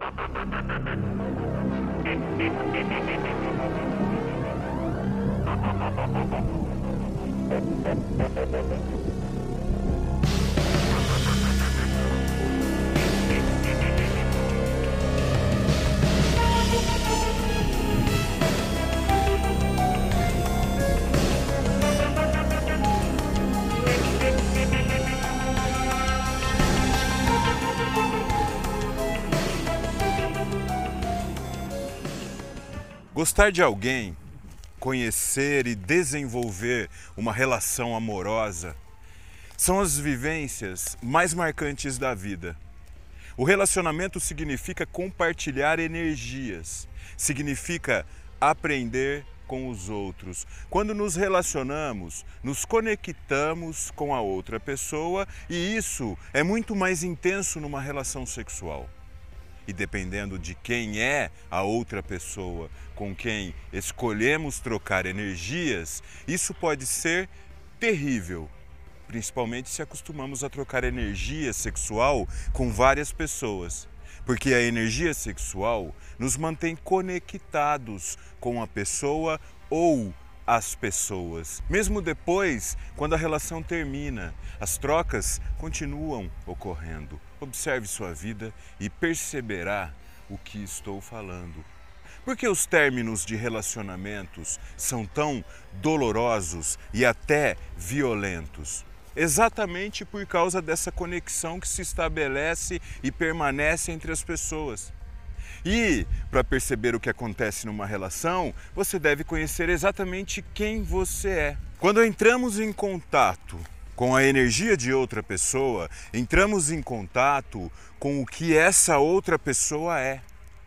Gostar de alguém, conhecer e desenvolver uma relação amorosa são as vivências mais marcantes da vida. O relacionamento significa compartilhar energias, significa aprender com os outros. Quando nos relacionamos, nos conectamos com a outra pessoa e isso é muito mais intenso numa relação sexual. E dependendo de quem é a outra pessoa com quem escolhemos trocar energias, isso pode ser terrível, principalmente se acostumamos a trocar energia sexual com várias pessoas, porque a energia sexual nos mantém conectados com a pessoa ou as pessoas. Mesmo depois, quando a relação termina, as trocas continuam ocorrendo. Observe sua vida e perceberá o que estou falando. Por que os términos de relacionamentos são tão dolorosos e até violentos? Exatamente por causa dessa conexão que se estabelece e permanece entre as pessoas. E, para perceber o que acontece numa relação, você deve conhecer exatamente quem você é. Quando entramos em contato com a energia de outra pessoa, entramos em contato com o que essa outra pessoa é.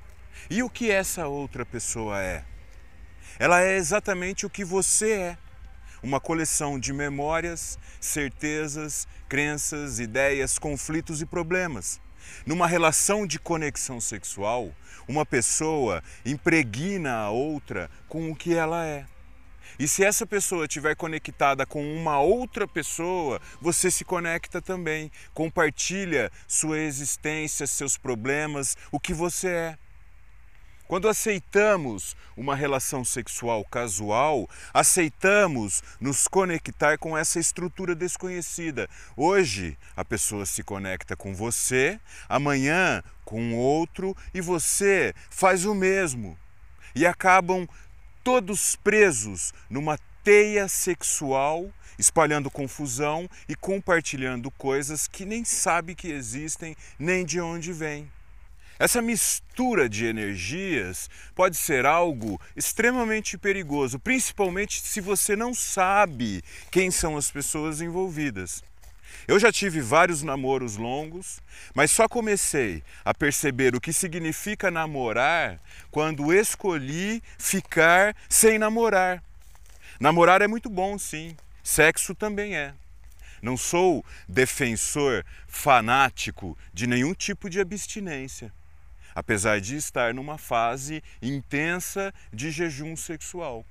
E o que essa outra pessoa é? Ela é exatamente o que você é. Uma coleção de memórias, certezas, crenças, ideias, conflitos e problemas. Numa relação de conexão sexual, uma pessoa impregna a outra com o que ela é. E se essa pessoa estiver conectada com uma outra pessoa, você se conecta também, compartilha sua existência, seus problemas, o que você é. Quando aceitamos uma relação sexual casual, aceitamos nos conectar com essa estrutura desconhecida. Hoje, a pessoa se conecta com você, amanhã com outro e você faz o mesmo. E acabam todos presos numa teia sexual, espalhando confusão e compartilhando coisas que nem sabe que existem, nem de onde vêm. Essa mistura de energias pode ser algo extremamente perigoso, principalmente se você não sabe quem são as pessoas envolvidas. Eu já tive vários namoros longos, mas só comecei a perceber o que significa namorar quando escolhi ficar sem namorar. Namorar é muito bom, sim. Sexo também é. Não sou defensor fanático de nenhum tipo de abstinência, apesar de estar numa fase intensa de jejum sexual.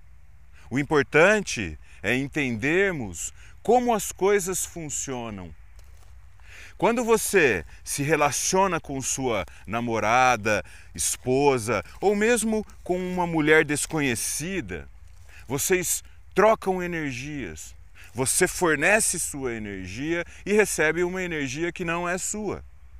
O importante é entendermos como as coisas funcionam. Quando você se relaciona com sua namorada, esposa ou mesmo com uma mulher desconhecida, vocês trocam energias. Você fornece sua energia e recebe uma energia que não é sua.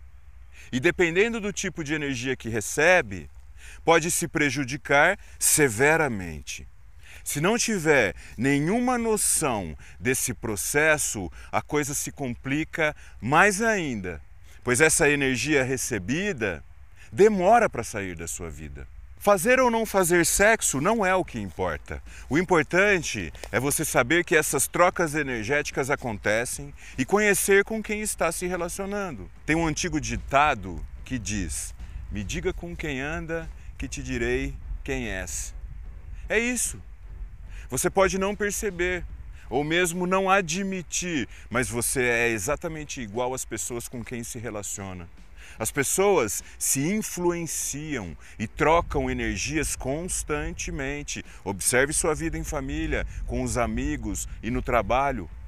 E dependendo do tipo de energia que recebe, pode se prejudicar severamente. Se não tiver nenhuma noção desse processo, a coisa se complica mais ainda, pois essa energia recebida demora para sair da sua vida. Fazer ou não fazer sexo não é o que importa. O importante é você saber que essas trocas energéticas acontecem e conhecer com quem está se relacionando. Tem um antigo ditado que diz: "Me diga com quem anda, que te direi quem és." É isso. Você pode não perceber, ou mesmo não admitir, mas você é exatamente igual às pessoas com quem se relaciona. As pessoas se influenciam e trocam energias constantemente. Observe sua vida em família, com os amigos e no trabalho.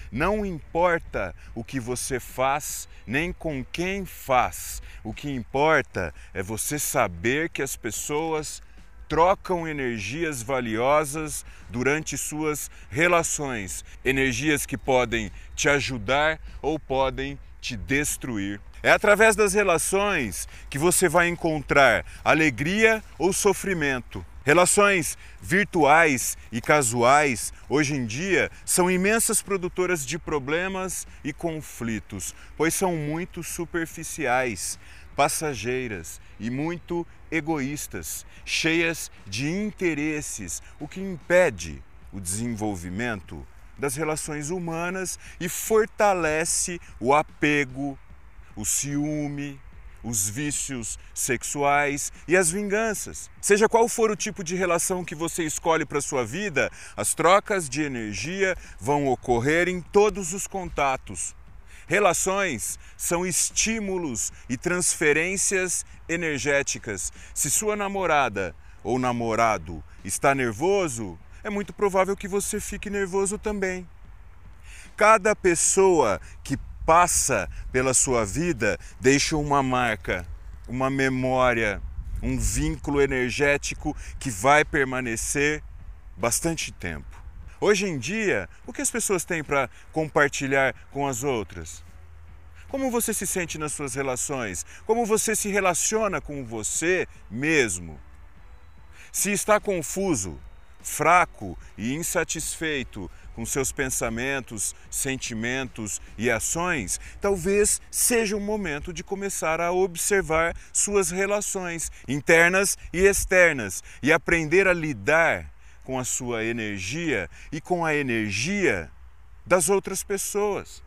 Não importa o que você faz, nem com quem faz. O que importa é você saber que as pessoas trocam energias valiosas durante suas relações. Energias que podem te ajudar ou podem te destruir. É através das relações que você vai encontrar alegria ou sofrimento. Relações virtuais e casuais, hoje em dia, são imensas produtoras de problemas e conflitos, pois são muito superficiais, passageiras e muito egoístas, cheias de interesses, o que impede o desenvolvimento das relações humanas e fortalece o apego, o ciúme, os vícios sexuais e as vinganças. Seja qual for o tipo de relação que você escolhe para sua vida, as trocas de energia vão ocorrer em todos os contatos. Relações são estímulos e transferências energéticas. Se sua namorada ou namorado está nervoso, é muito provável que você fique nervoso também. Cada pessoa que passa pela sua vida deixa uma marca, uma memória, um vínculo energético que vai permanecer bastante tempo. Hoje em dia, o que as pessoas têm para compartilhar com as outras? Como você se sente nas suas relações? Como você se relaciona com você mesmo? Se está confuso, fraco e insatisfeito com seus pensamentos, sentimentos e ações, talvez seja o momento de começar a observar suas relações internas e externas e aprender a lidar com a sua energia e com a energia das outras pessoas.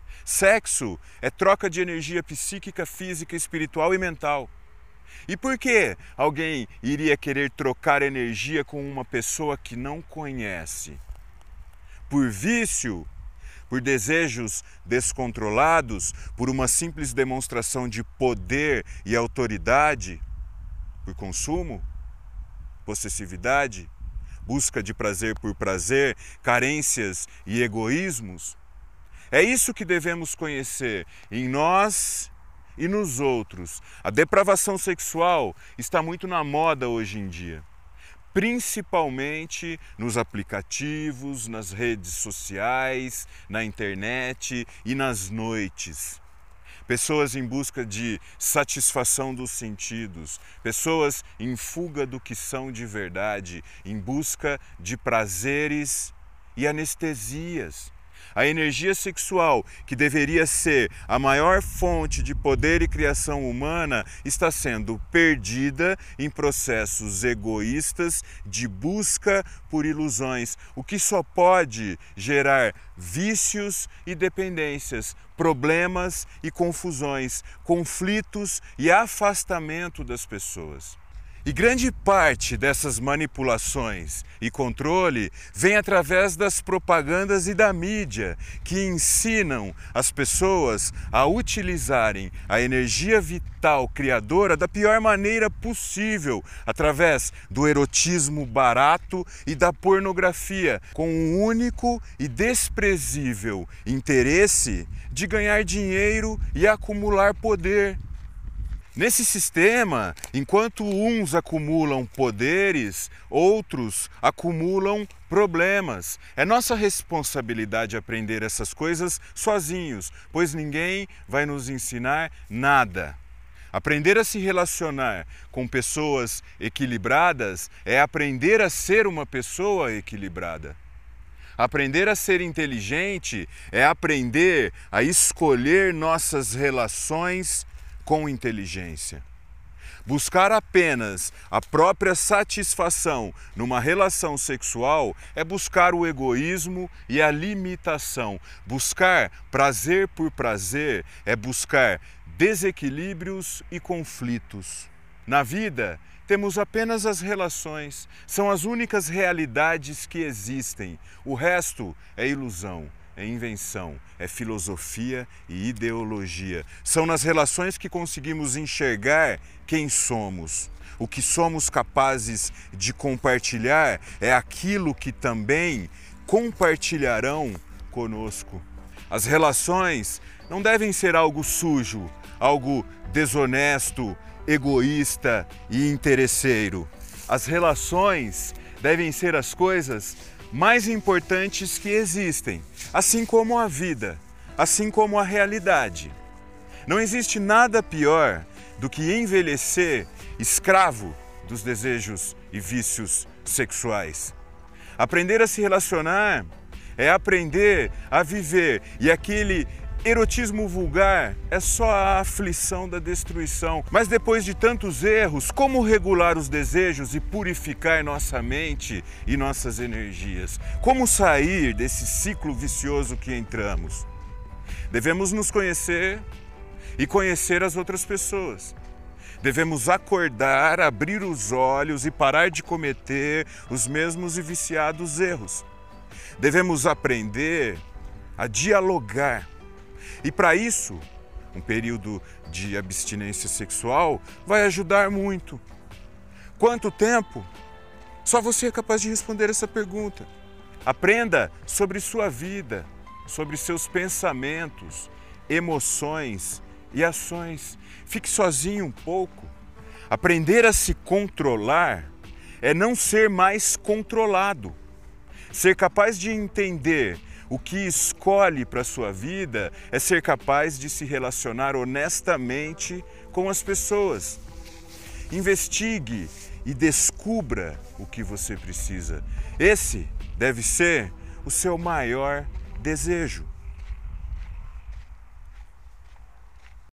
Sexo é troca de energia psíquica, física, espiritual e mental. E por que alguém iria querer trocar energia com uma pessoa que não conhece? Por vício? Por desejos descontrolados? Por uma simples demonstração de poder e autoridade? Por consumo? Possessividade? Busca de prazer por prazer? Carências e egoísmos? É isso que devemos conhecer em nós e nos outros. A depravação sexual está muito na moda hoje em dia, principalmente nos aplicativos, nas redes sociais, na internet e nas noites. Pessoas em busca de satisfação dos sentidos, pessoas em fuga do que são de verdade, em busca de prazeres e anestesias. A energia sexual, que deveria ser a maior fonte de poder e criação humana, está sendo perdida em processos egoístas de busca por ilusões, o que só pode gerar vícios e dependências, problemas e confusões, conflitos e afastamento das pessoas. E grande parte dessas manipulações e controle vem através das propagandas e da mídia, que ensinam as pessoas a utilizarem a energia vital criadora da pior maneira possível, através do erotismo barato e da pornografia, com um único e desprezível interesse de ganhar dinheiro e acumular poder. Nesse sistema, enquanto uns acumulam poderes, outros acumulam problemas. É nossa responsabilidade aprender essas coisas sozinhos, pois ninguém vai nos ensinar nada. Aprender a se relacionar com pessoas equilibradas é aprender a ser uma pessoa equilibrada. Aprender a ser inteligente é aprender a escolher nossas relações com inteligência. Buscar apenas a própria satisfação numa relação sexual é buscar o egoísmo e a limitação. Buscar prazer por prazer é buscar desequilíbrios e conflitos. Na vida, temos apenas as relações, são as únicas realidades que existem. O resto é ilusão. É invenção, é filosofia e ideologia. São nas relações que conseguimos enxergar quem somos. O que somos capazes de compartilhar é aquilo que também compartilharão conosco. As relações não devem ser algo sujo, algo desonesto, egoísta e interesseiro. As relações devem ser as coisas mais importantes que existem, assim como a vida, assim como a realidade. Não existe nada pior do que envelhecer escravo dos desejos e vícios sexuais. Aprender a se relacionar é aprender a viver, e aquele erotismo vulgar é só a aflição da destruição. Mas depois de tantos erros, como regular os desejos e purificar nossa mente e nossas energias? Como sair desse ciclo vicioso que entramos? Devemos nos conhecer e conhecer as outras pessoas. Devemos acordar, abrir os olhos e parar de cometer os mesmos e viciados erros. Devemos aprender a dialogar. E para isso, um período de abstinência sexual vai ajudar muito. Quanto tempo? Só você é capaz de responder essa pergunta. Aprenda sobre sua vida, sobre seus pensamentos, emoções e ações. Fique sozinho um pouco. Aprender a se controlar é não ser mais controlado. Ser capaz de entender o que escolhe para a sua vida é ser capaz de se relacionar honestamente com as pessoas. Investigue e descubra o que você precisa. Esse deve ser o seu maior desejo.